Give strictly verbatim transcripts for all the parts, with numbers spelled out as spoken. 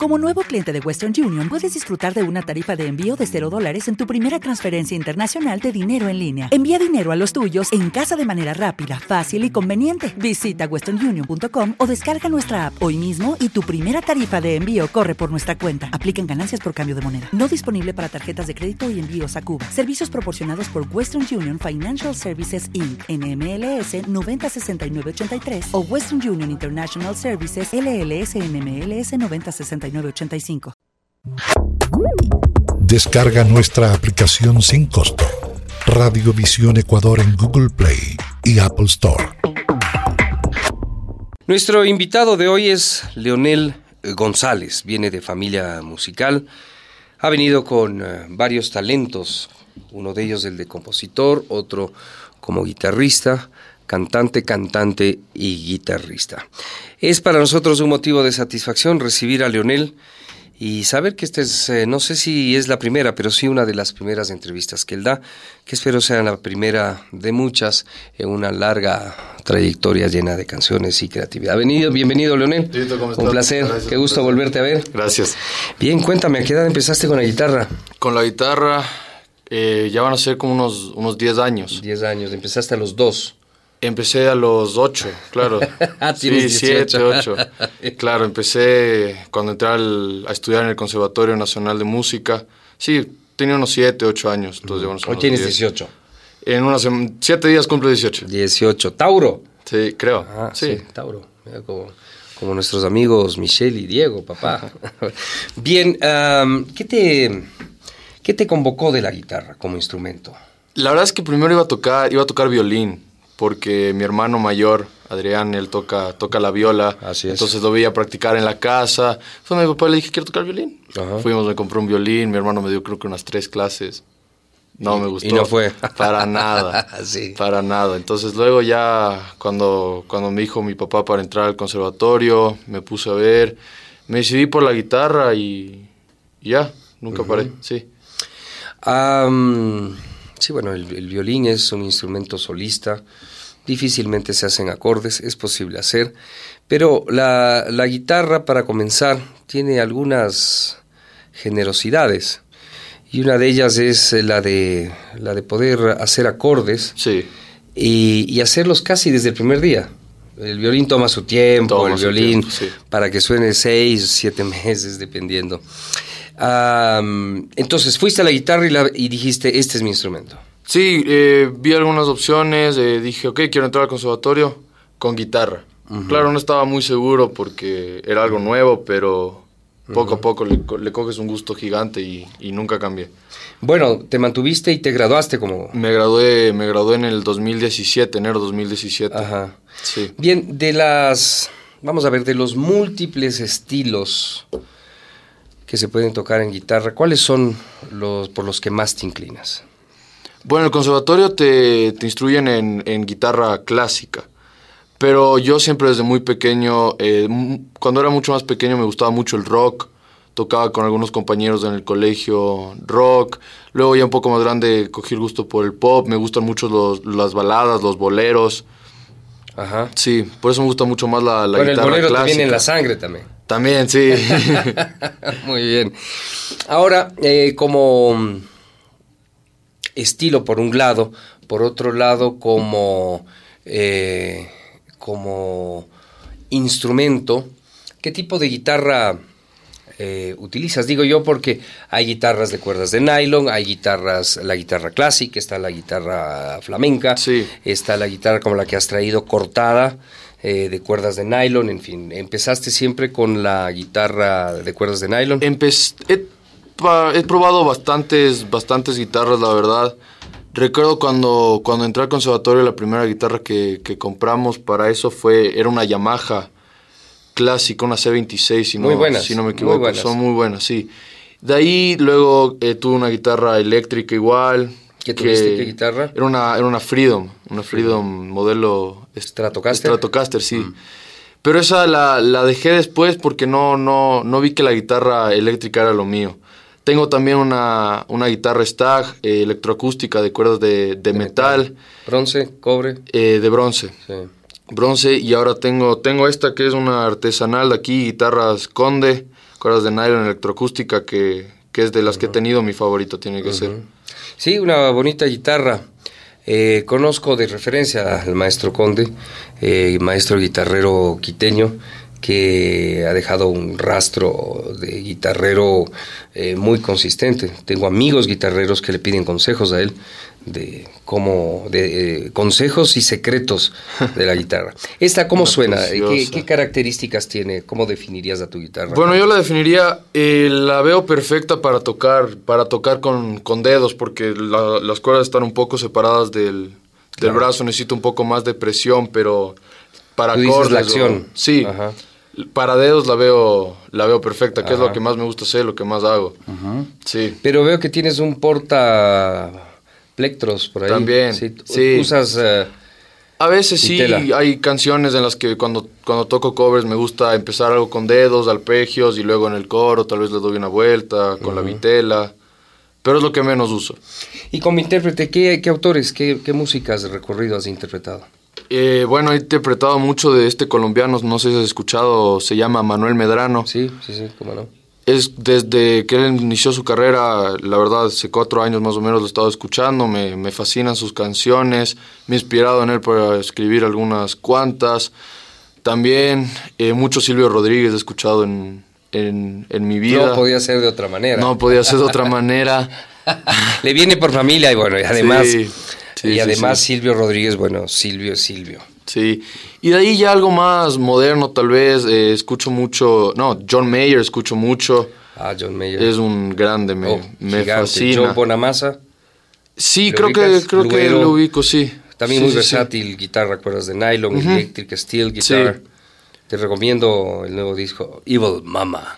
Como nuevo cliente de Western Union, puedes disfrutar de una tarifa de envío de cero dólares en tu primera transferencia internacional de dinero en línea. Envía dinero a los tuyos en casa de manera rápida, fácil y conveniente. Visita western union punto com o descarga nuestra app hoy mismo y tu primera tarifa de envío corre por nuestra cuenta. Aplican ganancias por cambio de moneda. No disponible para tarjetas de crédito y envíos a Cuba. Servicios proporcionados por Western Union Financial Services incorporated. N M L S noventa sesenta y nueve ochenta y tres o Western Union International Services L L S N M L S noventa sesenta y nueve ochenta y cinco. Descarga nuestra aplicación sin costo. Radiovisión Ecuador en Google Play y Apple Store. Nuestro invitado de hoy es Leonel González. Viene de familia musical. Ha venido con uh, varios talentos. Uno de ellos el de compositor, otro como guitarrista, cantante, cantante y guitarrista. Es para nosotros un motivo de satisfacción recibir a Leonel y saber que esta es, eh, no sé si es la primera, pero sí una de las primeras entrevistas que él da, que espero sea la primera de muchas en una larga trayectoria llena de canciones y creatividad. Bienvenido, bienvenido Leonel. Tito, ¿cómo estás? Un placer, Gracias, qué gusto placer. volverte a ver. Gracias. Bien, cuéntame, ¿a qué edad empezaste con la guitarra? Con la guitarra eh, ya van a ser como unos, unos diez años. Diez años, empezaste a los dos. Empecé a los ocho, claro. Ah, sí, tienes dieciocho. siete, ocho. Claro, empecé cuando entré al, a estudiar en el Conservatorio Nacional de Música. Sí, tenía unos siete, ocho años. Entonces, Mm. unos Hoy tienes diez. dieciocho. En unos siete días cumplo dieciocho. dieciocho. ¿Tauro? Sí, creo. Ah, sí. sí, Tauro. Mira, Como, como nuestros amigos Michelle y Diego, papá. Bien, um, ¿qué te, ¿qué te convocó de la guitarra como instrumento? La verdad es que primero iba a tocar, iba a tocar violín, porque mi hermano mayor, Adrián, él toca, toca la viola. Así es. Entonces lo veía practicar en la casa. Fue a mi papá y le dije, quiero tocar violín. Ajá. Fuimos, me compró un violín, mi hermano me dio creo que unas tres clases. No Y- me gustó. y no fue. Para nada. Sí. Para nada. Entonces luego ya cuando, cuando me dijo mi papá para entrar al conservatorio, me puse a ver, me decidí por la guitarra y, y ya, nunca Ujú. paré, sí. Um, sí, bueno, el, el violín es un instrumento solista. Difícilmente se hacen acordes, es posible hacer. Pero la, la guitarra, para comenzar, tiene algunas generosidades. Y una de ellas es eh, la de, la de poder hacer acordes Sí. y, y hacerlos casi desde el primer día. El violín toma su tiempo, Toma el su violín tiempo, sí. para que suene seis, siete meses, dependiendo. Um, entonces fuiste a la guitarra y, la, y dijiste, este es mi instrumento. Sí, eh, vi algunas opciones, eh, dije, ok, quiero entrar al conservatorio con guitarra. Uh-huh. Claro, no estaba muy seguro porque era algo nuevo, pero poco uh-huh. a poco le, le coges un gusto gigante y, y nunca cambié. Bueno, te mantuviste y te graduaste como... Me gradué, me gradué en el dos mil diecisiete, enero dos mil diecisiete. Ajá. Sí. Bien, de las... Vamos a ver, de los múltiples estilos que se pueden tocar en guitarra, ¿cuáles son los por los que más te inclinas? Bueno, en el conservatorio te, te instruyen en, en guitarra clásica, pero yo siempre desde muy pequeño, eh, m- cuando era mucho más pequeño me gustaba mucho el rock, tocaba con algunos compañeros en el colegio rock, luego ya un poco más grande cogí el gusto por el pop, me gustan mucho los, las baladas, los boleros, Ajá. sí, por eso me gusta mucho más la, la Bueno, el guitarra bolero clásica. te viene en la sangre también. También, sí. Muy bien. Ahora, eh, como estilo por un lado, por otro lado como, eh, como instrumento, ¿qué tipo de guitarra eh, utilizas? Digo yo porque hay guitarras de cuerdas de nylon, hay guitarras, la guitarra clásica, está la guitarra flamenca, Sí. está la guitarra como la que has traído cortada, eh, de cuerdas de nylon, en fin. ¿Empezaste siempre con la guitarra de cuerdas de nylon? Empe- he, pa- he probado bastantes, bastantes guitarras, la verdad. Recuerdo cuando, cuando entré al conservatorio, la primera guitarra que, que compramos para eso fue, era una Yamaha clásica, una C veintiséis, si no, Muy buenas, si no me muy equivoco. buenas. Son muy buenas, sí. De ahí luego eh, tuve una guitarra eléctrica igual. ¿Qué tuviste? ¿Qué guitarra? Era una, era una Freedom, una Freedom modelo ¿Stratocaster? Stratocaster, sí. Mm. Pero esa la, la dejé después porque no, no, no vi que la guitarra eléctrica era lo mío. Tengo también una, una guitarra Stag eh, electroacústica de cuerdas de, de, De metal, metal. Bronce, cobre. eh, de bronce. Sí. Bronce, y ahora tengo, tengo esta que es una artesanal de aquí, guitarras Conde, cuerdas de nylon electroacústica, que, que es de las uh-huh. que he tenido, mi favorito tiene que uh-huh. ser. Sí, una bonita guitarra. Eh, conozco de referencia al maestro Conde, eh, maestro guitarrero quiteño, que ha dejado un rastro de guitarrero eh, muy consistente. Tengo amigos guitarreros que le piden consejos a él, de cómo, de eh, consejos y secretos de la guitarra. ¿Esta cómo Una suena? ¿Qué, ¿Qué características tiene? ¿Cómo definirías a tu guitarra? Bueno, yo la definiría, eh, la veo perfecta para tocar, para tocar con, con dedos, porque la, las cuerdas están un poco separadas del, del claro. brazo, necesito un poco más de presión, pero para Tú acordes, dices la acción. O, sí. Ajá. Para dedos la veo la veo perfecta, que Ajá. es lo que más me gusta hacer, lo que más hago. Ajá. Sí. Pero veo que tienes un porta plectros por ahí. También, sí. sí. ¿Usas uh, A veces sí, tela? Hay canciones en las que cuando, cuando toco covers me gusta empezar algo con dedos, arpegios, y luego en el coro tal vez le doy una vuelta con uh-huh. la vitela, pero es lo que menos uso. Y como intérprete, ¿qué, qué autores, qué, qué músicas de recorrido has interpretado? Eh, bueno, he interpretado mucho de este colombiano, no sé si has escuchado, se llama Manuel Medrano. Sí, sí, sí, cómo no. Es desde que él inició su carrera, la verdad, hace cuatro años más o menos lo he estado escuchando, me, me fascinan sus canciones, me he inspirado en él para escribir algunas cuantas. También eh, mucho Silvio Rodríguez he escuchado en, en, en mi vida. No podía ser de otra manera. No podía ser de otra manera. Le viene por familia y bueno, y además... Sí. Sí, y sí, además sí. Silvio Rodríguez, bueno, Silvio es Silvio. Sí, y de ahí ya algo más moderno tal vez, eh, escucho mucho, no, John Mayer escucho mucho. Ah, John Mayer. Es un grande, me, oh, me fascina. John Bonamassa. Sí, creo que, creo que lo ubico, sí. También sí, muy sí, versátil, sí. guitarra, cuerdas de nylon, uh-huh. electric steel guitar. Sí. Te recomiendo el nuevo disco, Evil Mama.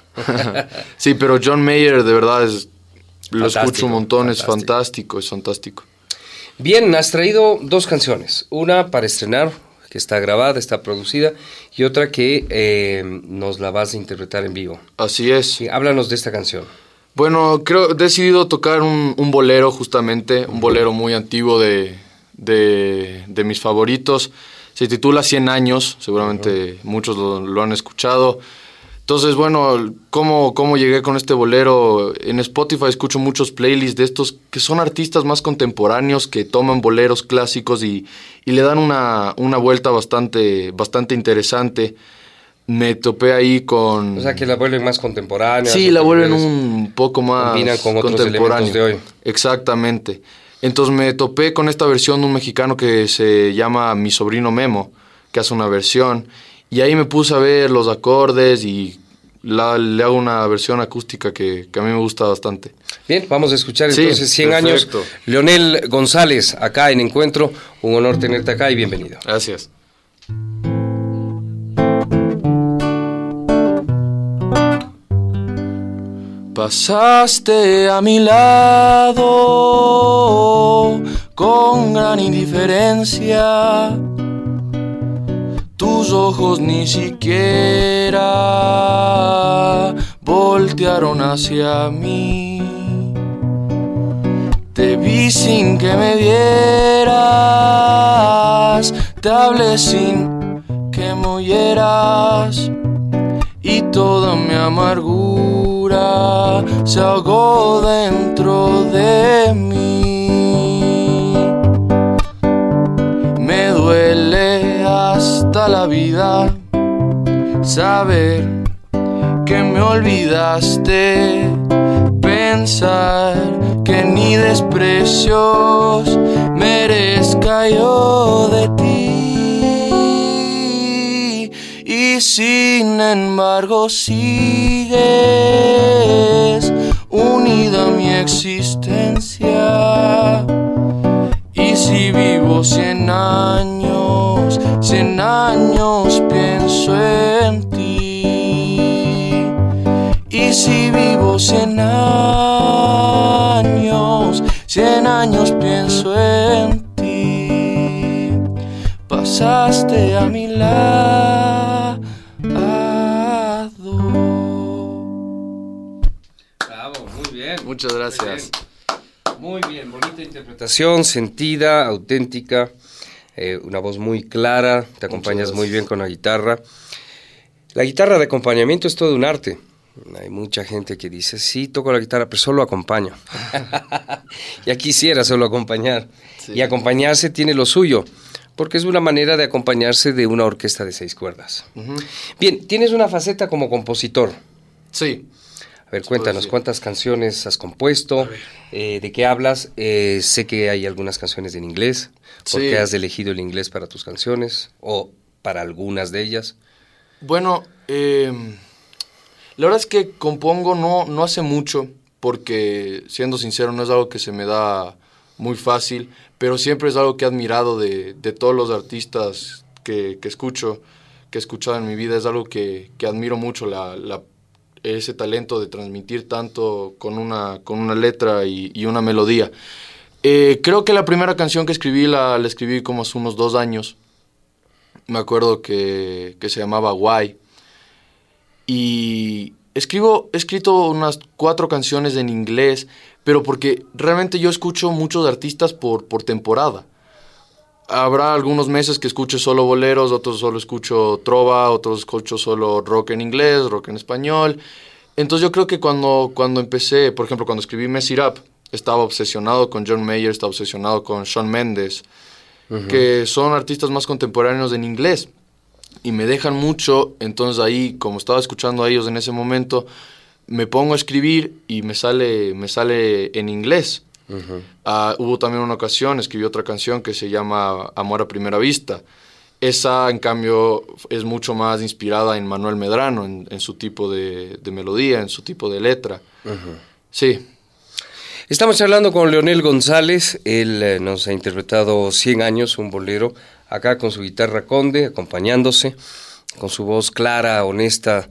Sí, pero John Mayer de verdad es, lo fantástico, escucho un montón, fantástico. es fantástico, es fantástico. Bien, has traído dos canciones, una para estrenar, que está grabada, está producida, y otra que eh, nos la vas a interpretar en vivo. Así es. Sí, háblanos de esta canción. Bueno, creo he decidido tocar un, un bolero justamente, un bolero muy antiguo de, de, de mis favoritos. Se titula Cien años, seguramente uh-huh. muchos lo, lo han escuchado. Entonces, bueno, ¿cómo, ¿cómo llegué con este bolero? En Spotify escucho muchos playlists de estos que son artistas más contemporáneos que toman boleros clásicos y, y le dan una, una vuelta bastante, bastante interesante. Me topé ahí con... O sea, que la vuelven más contemporánea. Sí, la vuelven un poco más combinan con otros elementos de hoy. Exactamente. Entonces me topé con esta versión de un mexicano que se llama Mi Sobrino Memo, que hace una versión... Y ahí me puse a ver los acordes y la, le hago una versión acústica que, que a mí me gusta bastante. Bien, vamos a escuchar entonces sí, cien perfecto. años. Leonel González, acá en Encuentro. Un honor tenerte acá y bienvenido. Gracias. Pasaste a mi lado con gran indiferencia. Tus ojos ni siquiera voltearon hacia mí. Te vi sin que me vieras, te hablé sin que me oyeras, y toda mi amargura se ahogó dentro de mí. Me duele hasta la vida saber que me olvidaste, pensar que ni desprecios merezca yo de ti, y sin embargo sigues unida a mi existencia. Y si vivo cien años, cien años pienso en ti. Y si vivo cien años, cien años pienso en ti. Pasaste a mi lado. Bravo, muy bien. Muchas gracias. Muy bien, bonita interpretación, sentida, auténtica, eh, una voz muy clara, te acompañas muy bien con la guitarra. La guitarra de acompañamiento es todo un arte, Hay mucha gente que dice, sí, toco la guitarra, pero solo acompaño. Ya quisiera solo acompañar. Sí. Y acompañarse tiene lo suyo, porque es una manera de acompañarse de una orquesta de seis cuerdas. Uh-huh. Bien, tienes una faceta como compositor. Sí. A ver, cuéntanos, ¿cuántas canciones has compuesto? Eh, ¿De qué hablas? Eh, sé que hay algunas canciones en inglés. ¿Por sí. qué has elegido el inglés para tus canciones? ¿O para algunas de ellas? Bueno, eh, la verdad es que compongo no, no hace mucho, porque, siendo sincero, no es algo que se me da muy fácil, pero siempre es algo que he admirado de, de todos los artistas que, que escucho, que he escuchado en mi vida. Es algo que, que admiro mucho, la, la, ese talento de transmitir tanto con una, con una letra y, y una melodía. Eh, creo que la primera canción que escribí la, la escribí como hace unos dos años. Me acuerdo que, que se llamaba Why. Y escribo, he escrito unas cuatro canciones en inglés, pero porque realmente yo escucho muchos artistas por, por temporada. Habrá algunos meses que escuche solo boleros, otros solo escucho trova, otros escucho solo rock en inglés, rock en español. Entonces yo creo que cuando, cuando empecé, por ejemplo, cuando escribí Mess It Up, estaba obsesionado con John Mayer, estaba obsesionado con Shawn Mendes, uh-huh. que son artistas más contemporáneos en inglés. Y me dejan mucho, entonces ahí, como estaba escuchando a ellos en ese momento, me pongo a escribir y me sale, me sale en inglés. Uh-huh. Uh, hubo también una ocasión, escribí otra canción que se llama Amor a Primera Vista. Esa, en cambio, es mucho más inspirada en Manuel Medrano, en, en su tipo de, de melodía, en su tipo de letra. Uh-huh. Sí. Estamos hablando con Leonel González. Él eh, nos ha interpretado cien años, un bolero, acá con su guitarra Conde, acompañándose, con su voz clara, honesta,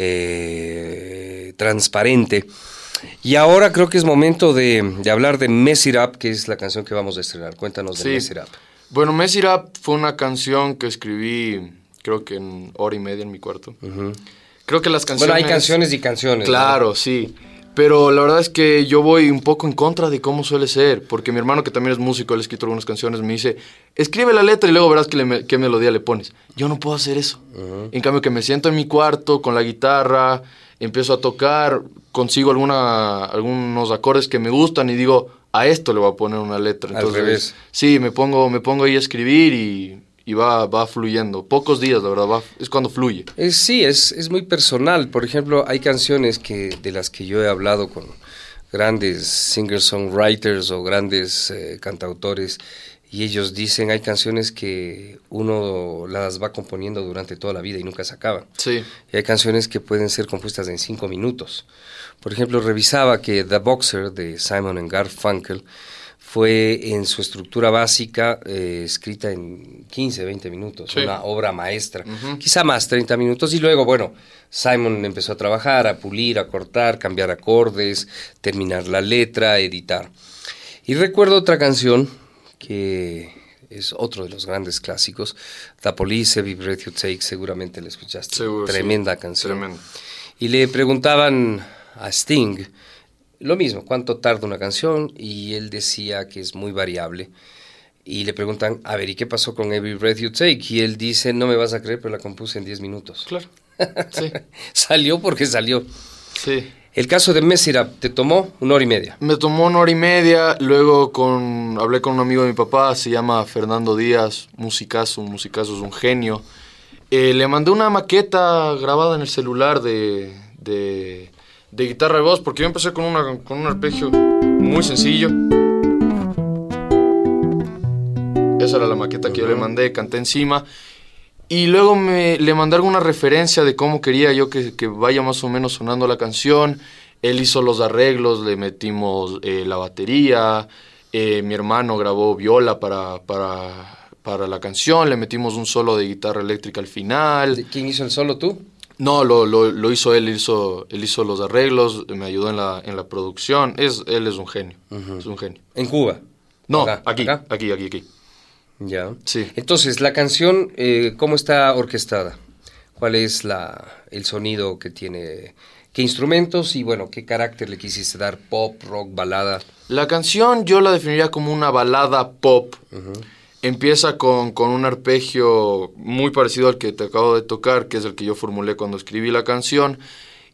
eh, transparente. Y ahora creo que es momento de, de hablar de Mess It Up, que es la canción que vamos a estrenar. Cuéntanos de sí. Mess It Up. Bueno, Mess It Up fue una canción que escribí, creo que en hora y media en mi cuarto. Uh-huh. Creo que las canciones... Bueno, hay canciones y canciones. Claro, ¿no? Sí. Pero la verdad es que yo voy un poco en contra de cómo suele ser, porque mi hermano, que también es músico, él ha escrito algunas canciones, me dice, escribe la letra y luego verás qué, le, qué melodía le pones. Yo no puedo hacer eso. Uh-huh. En cambio, que me siento en mi cuarto con la guitarra, empiezo a tocar, consigo alguna, algunos acordes que me gustan y digo, a esto le voy a poner una letra. Entonces, al revés. Sí, me pongo, me pongo ahí a escribir y... y va, va fluyendo. Pocos días, la verdad, va, es cuando fluye. Es, sí, es, es muy personal. Por ejemplo, hay canciones que de las que yo he hablado con grandes singer-songwriters o grandes eh, cantautores, y ellos dicen, hay canciones que uno las va componiendo durante toda la vida y nunca se acaban. Sí. Y hay canciones que pueden ser compuestas en cinco minutos. Por ejemplo, revisaba que The Boxer, de Simon and Garfunkel, fue en su estructura básica eh, escrita en quince, veinte minutos, sí. Una obra maestra, uh-huh. Quizá más, treinta minutos, y luego, bueno, Simon empezó a trabajar, a pulir, a cortar, cambiar acordes, terminar la letra, editar. Y recuerdo otra canción que es otro de los grandes clásicos, The Police, Every Breath You Take, seguramente la escuchaste, seguro, tremenda sí. canción. Tremendo. Y le preguntaban a Sting lo mismo, ¿cuánto tarda una canción? Y él decía que es muy variable. Y le preguntan, a ver, ¿y qué pasó con Every Breath You Take? Y él dice, no me vas a creer, pero la compuse en diez minutos. Claro, sí. Salió porque salió. Sí. El caso de Mess It Up, ¿te tomó una hora y media? Me tomó una hora y media, luego con, hablé con un amigo de mi papá, se llama Fernando Díaz, musicazo, un musicazo, es un genio. Eh, le mandé una maqueta grabada en el celular de... de de guitarra y voz, porque yo empecé con, una, con un arpegio muy sencillo. Esa era la maqueta que yo le mandé, canté encima. Y luego me, le mandé alguna referencia de cómo quería yo que, que vaya más o menos sonando la canción. Él hizo los arreglos, le metimos eh, la batería. Eh, mi hermano grabó viola para, para, para la canción. Le metimos un solo de guitarra eléctrica al final. ¿De quién hizo el solo, tú? No, lo, lo, lo hizo él, hizo, él hizo los arreglos, me ayudó en la, en la producción. Es, él es un genio, uh-huh. Es un genio. ¿En Cuba? No, acá, aquí, acá, aquí, aquí, aquí. Ya. Sí. Entonces, la canción, eh, ¿cómo está orquestada? ¿Cuál es la, el sonido que tiene? ¿Qué instrumentos y, bueno, qué carácter le quisiste dar? ¿Pop, rock, balada? La canción yo la definiría como una balada pop. Uh-huh. Empieza con, con un arpegio muy parecido al que te acabo de tocar, que es el que yo formulé cuando escribí la canción,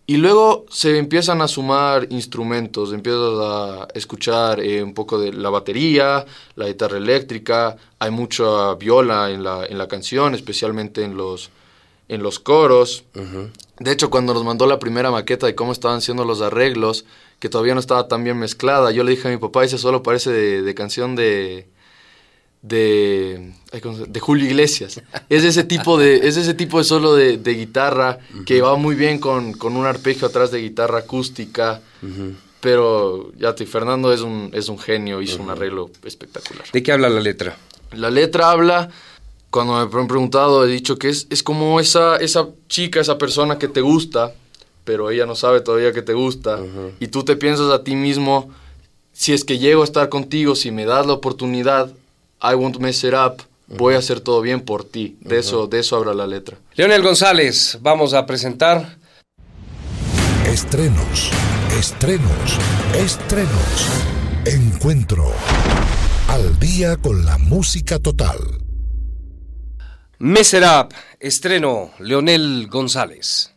Y luego se empiezan a sumar instrumentos, empiezas a escuchar eh, un poco de la batería, la guitarra eléctrica, hay mucha viola en la, en la canción, especialmente en los, en los coros. Uh-huh. De hecho, cuando nos mandó la primera maqueta de cómo estaban siendo los arreglos, que todavía no estaba tan bien mezclada, yo le dije a mi papá, ese solo parece de, de canción de... de de Julio Iglesias. Es ese tipo de es ese tipo de solo de, de guitarra uh-huh. que va muy bien con, con un arpegio atrás de guitarra acústica. Uh-huh. Pero ya te Fernando es un es un genio, hizo uh-huh. un arreglo espectacular. ¿De qué habla la letra? La letra habla, cuando me han preguntado, he dicho que es, es como esa, esa chica, esa persona que te gusta, pero ella no sabe todavía que te gusta. Uh-huh. Y tú te piensas a ti mismo, si es que llego a estar contigo, si me das la oportunidad, I won't mess it up, uh-huh. voy a hacer todo bien por ti. De, uh-huh. eso, de eso habla la letra. Leonel González, vamos a presentar... Estrenos, estrenos, estrenos. Encuentro. Al día con la música total. Mess It Up, estreno Leonel González.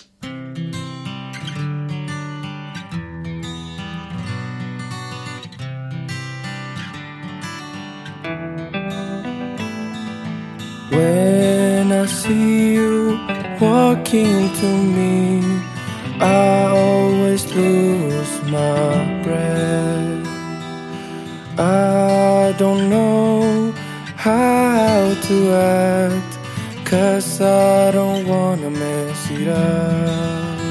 When I see you walking to me, I always lose my breath. I don't know how to act, 'cause I don't wanna mess it up.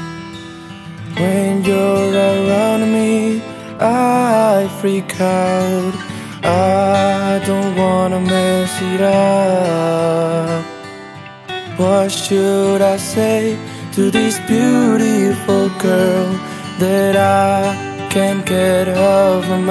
When you're around me, I freak out. I don't wanna mess it up. What should I say to this beautiful girl that I can't get off my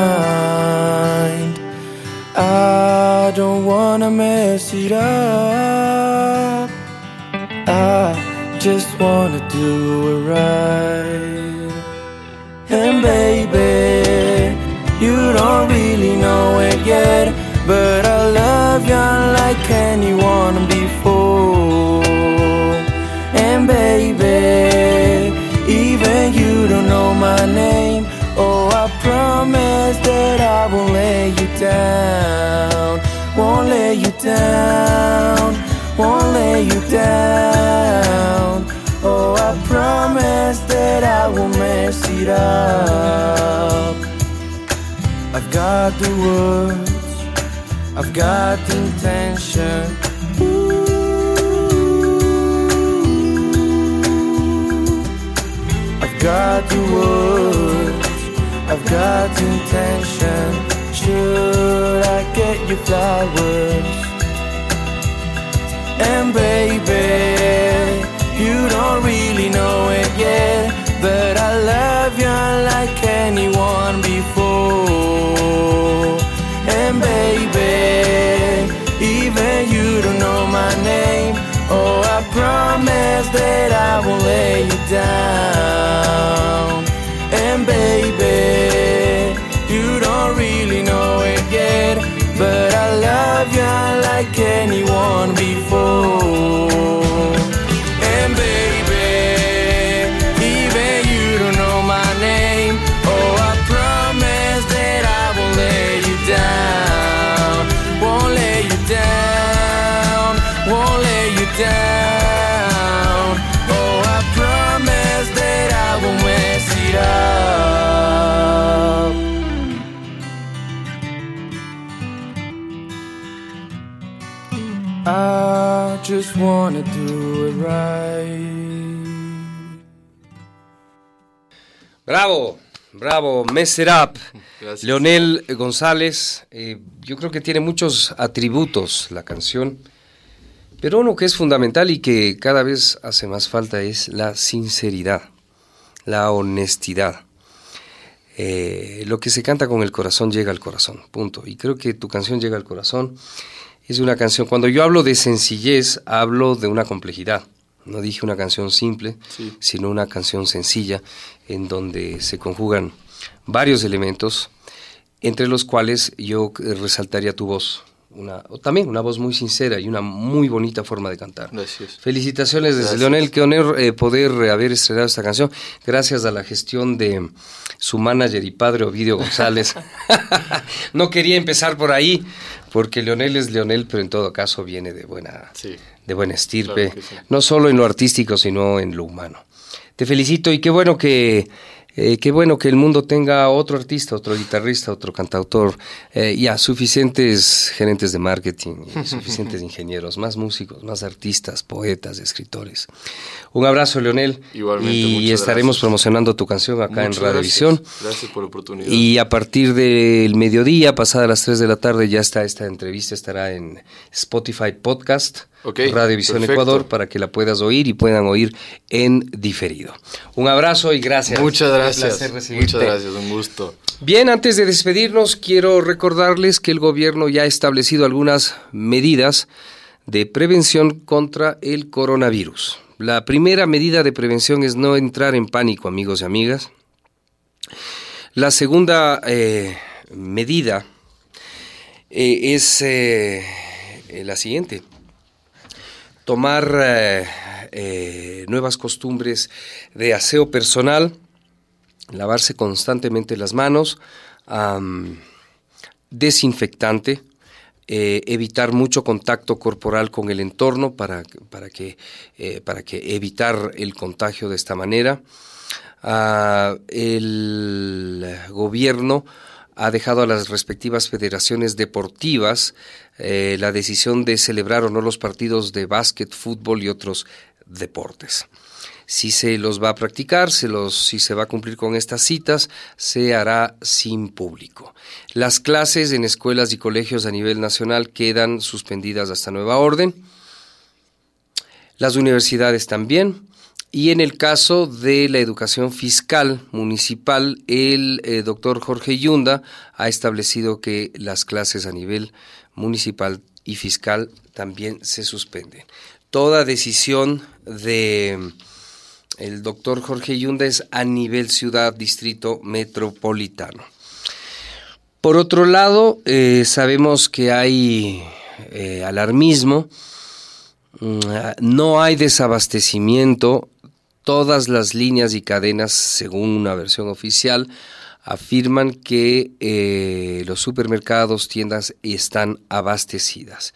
mind? I don't wanna mess it up. I just wanna do it right. And baby, you don't really know it yet, but I love you like anyone before. And baby, even you don't know my name. Oh, I promise that I won't lay you down. Won't lay you down. Won't lay you down. Oh, I promise that I won't mess it up. I've got the words, I've got the intention. Ooh. I've got the words, I've got the intention. Should I get you flowers? And baby, you don't really know it yet, but I love you like anyone before. And baby, even you don't know my name. Oh, I promise that I won't lay you down. And baby, you don't really know it yet, but I love you like anyone before. And baby, even you don't know my name. Oh, I promise that I won't lay you down. Won't lay you down. Won't lay you down. Oh, I promise that I won't mess it up. I just wanna do it right. Bravo, bravo, Mess It Up. Gracias. Leonel González, eh, yo creo que tiene muchos atributos la canción, pero uno que es fundamental y que cada vez hace más falta es la sinceridad, la honestidad. Eh, lo que se canta con el corazón llega al corazón, punto. Y creo que tu canción llega al corazón. Es una canción, cuando yo hablo de sencillez, hablo de una complejidad. No dije una canción simple, sí, sino una canción sencilla, en donde se conjugan varios elementos, entre los cuales yo resaltaría tu voz. una, también una voz muy sincera y una muy bonita forma de cantar. Gracias. Felicitaciones desde Gracias. Leonel, qué honor eh, poder eh, haber estrenado esta canción, gracias a la gestión de su manager y padre Ovidio González. No quería empezar por ahí, porque Leonel es Leonel, pero en todo caso viene de buena, Sí. de buena estirpe, Claro que sí. no solo en lo artístico, sino en lo humano. Te felicito y qué bueno que... Eh, qué bueno que el mundo tenga otro artista, otro guitarrista, otro cantautor, eh, ya suficientes gerentes de marketing, y suficientes ingenieros, más músicos, más artistas, poetas, escritores. Un abrazo, Leonel. Igualmente, y muchas estaremos gracias. promocionando tu canción acá Muchas en Radiovisión. Gracias. Gracias por la oportunidad. Y a partir del mediodía, pasada las tres de la tarde, ya está esta entrevista, estará en Spotify Podcast, Ok, Radiovisión perfecto. Ecuador, para que la puedas oír y puedan oír en diferido. Un abrazo y gracias. Muchas gracias. Un placer recibirte. Muchas gracias, un gusto. Bien, antes de despedirnos, quiero recordarles que el gobierno ya ha establecido algunas medidas de prevención contra el coronavirus. La primera medida de prevención es no entrar en pánico, amigos y amigas. La segunda eh, medida eh, es eh, eh, la siguiente: tomar eh, eh, nuevas costumbres de aseo personal, lavarse constantemente las manos, um, desinfectante, eh, evitar mucho contacto corporal con el entorno para, para, que, eh, para que evitar el contagio de esta manera. Uh, el gobierno ha dejado a las respectivas federaciones deportivas eh, la decisión de celebrar o no los partidos de básquet, fútbol y otros deportes. Si se los va a practicar, se los, si se va a cumplir con estas citas, se hará sin público. Las clases en escuelas y colegios a nivel nacional quedan suspendidas hasta nueva orden. Las universidades también. Y en el caso de la educación fiscal municipal, el eh, doctor Jorge Yunda ha establecido que las clases a nivel municipal y fiscal también se suspenden. Toda decisión de el doctor Jorge Yunda es a nivel ciudad, distrito metropolitano. Por otro lado, eh, sabemos que hay eh, alarmismo, no hay desabastecimiento. Todas las líneas y cadenas, según una versión oficial, afirman que eh, los supermercados, tiendas están abastecidas.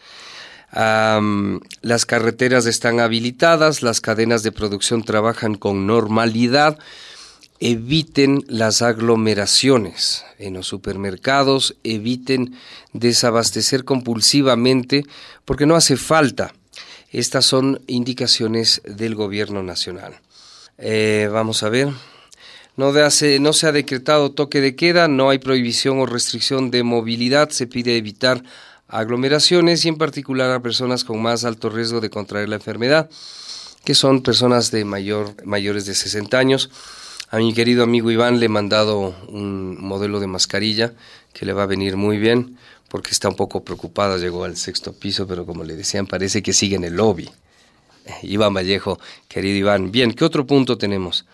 Um, las carreteras están habilitadas, las cadenas de producción trabajan con normalidad. Eviten las aglomeraciones en los supermercados, eviten desabastecer compulsivamente porque no hace falta. Estas son indicaciones del gobierno nacional. Eh, vamos a ver. No, de hace, no se ha decretado toque de queda, no hay prohibición o restricción de movilidad, se pide evitar aglomeraciones y en particular a personas con más alto riesgo de contraer la enfermedad, que son personas de mayor, mayores de sesenta años. A mi querido amigo Iván le he mandado un modelo de mascarilla que le va a venir muy bien porque está un poco preocupada, llegó al sexto piso, pero como le decían, parece que sigue en el lobby. Iván Vallejo, querido Iván. Bien, ¿qué otro punto tenemos?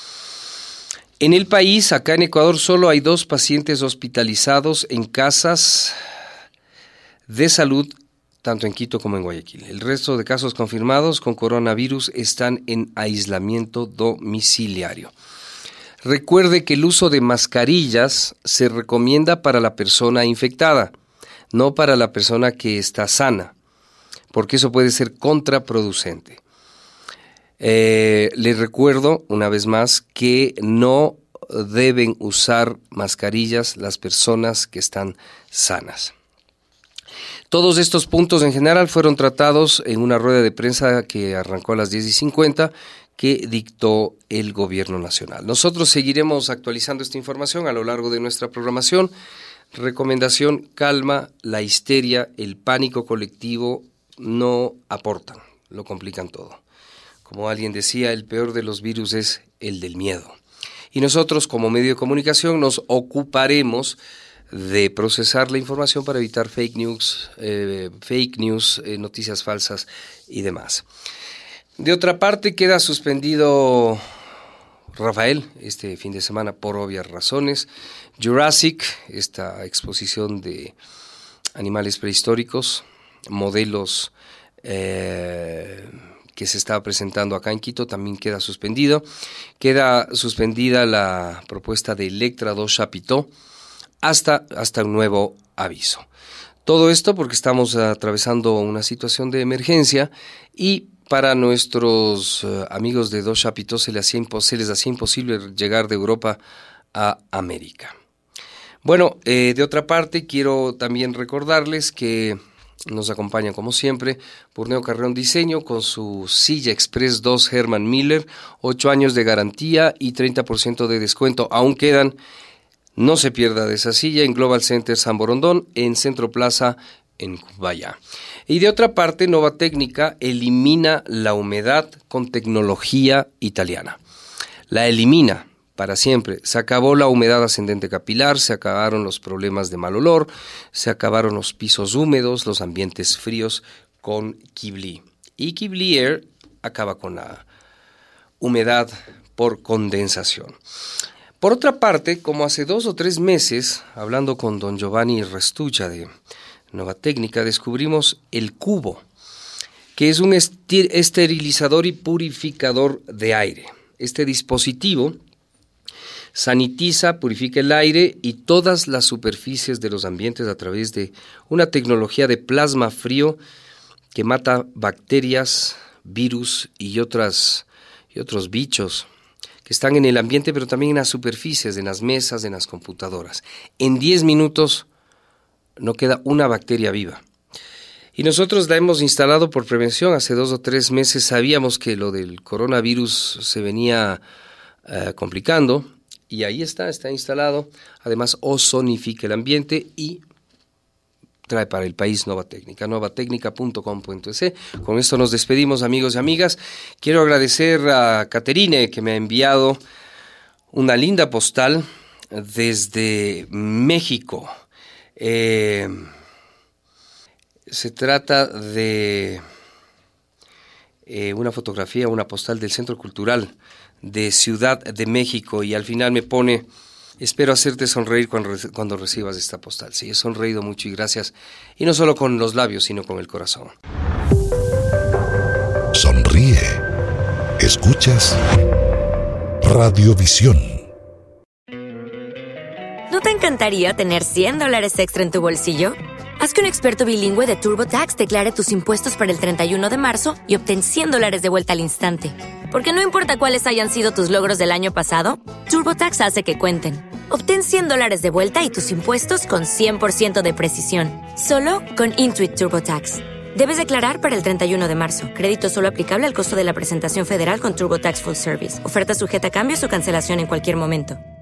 En el país, acá en Ecuador, solo hay dos pacientes hospitalizados en casas de salud, tanto en Quito como en Guayaquil. El resto de casos confirmados con coronavirus están en aislamiento domiciliario. Recuerde que el uso de mascarillas se recomienda para la persona infectada, no para la persona que está sana, porque eso puede ser contraproducente. Eh, les recuerdo una vez más que no deben usar mascarillas las personas que están sanas. Todos estos puntos en general fueron tratados en una rueda de prensa que arrancó a las diez y cincuenta que dictó el gobierno nacional. Nosotros seguiremos actualizando esta información a lo largo de nuestra programación. Recomendación: calma, la histeria, el pánico colectivo no aportan, lo complican todo. Como alguien decía, el peor de los virus es el del miedo. Y nosotros, como medio de comunicación, nos ocuparemos de procesar la información para evitar fake news, eh, fake news, eh, noticias falsas y demás. De otra parte, queda suspendido Rafael este fin de semana por obvias razones. Jurassic, esta exposición de animales prehistóricos, modelos eh, que se estaba presentando acá en Quito, también queda suspendido. Queda suspendida la propuesta de Electra dos Chapitó hasta, hasta un nuevo aviso. Todo esto porque estamos atravesando una situación de emergencia y para nuestros uh, amigos de dos Chapitó se les, hacía impos- se les hacía imposible llegar de Europa a América. Bueno, eh, de otra parte quiero también recordarles que nos acompaña como siempre Purneo Carreón Diseño con su silla Express dos Herman Miller, ocho años de garantía y treinta por ciento de descuento. Aún quedan. No se pierda de esa silla en Global Center San Borondón, en Centro Plaza, en Cumbayá. Y de otra parte, Nova Técnica elimina la humedad con tecnología italiana. La elimina para siempre. Se acabó la humedad ascendente capilar, se acabaron los problemas de mal olor, se acabaron los pisos húmedos, los ambientes fríos con Kibli. Y Kibli Air acaba con la humedad por condensación. Por otra parte, como hace dos o tres meses, hablando con don Giovanni Restuccia de Nova Técnica, descubrimos el Cubo, que es un esti- esterilizador y purificador de aire. Este dispositivo sanitiza, purifica el aire y todas las superficies de los ambientes a través de una tecnología de plasma frío que mata bacterias, virus y, otras, y otros bichos que están en el ambiente, pero también en las superficies, en las mesas, en las computadoras. En diez minutos no queda una bacteria viva. Y nosotros la hemos instalado por prevención. Hace dos o tres meses sabíamos que lo del coronavirus se venía uh, complicando, y ahí está, está instalado. Además, ozonifica el ambiente y trae para el país Nova Técnica, novatecnica punto com punto es. Con esto nos despedimos, amigos y amigas. Quiero agradecer a Caterine, que me ha enviado una linda postal desde México. Eh, se trata de eh, una fotografía, una postal del Centro Cultural de Ciudad de México, y al final me pone: espero hacerte sonreír cuando, cuando recibas esta postal. Sí, he sonreído mucho y gracias. Y no solo con los labios, sino con el corazón. Sonríe. Escuchas Radiovisión. ¿No te encantaría tener cien dólares extra en tu bolsillo? Haz que un experto bilingüe de TurboTax declare tus impuestos para el treinta y uno de marzo y obtén cien dólares de vuelta al instante. Porque no importa cuáles hayan sido tus logros del año pasado, TurboTax hace que cuenten. Obtén cien dólares de vuelta y tus impuestos con cien por ciento de precisión. Solo con Intuit TurboTax. Debes declarar para el treinta y uno de marzo. Crédito solo aplicable al costo de la presentación federal con TurboTax Full Service. Oferta sujeta a cambios o cancelación en cualquier momento.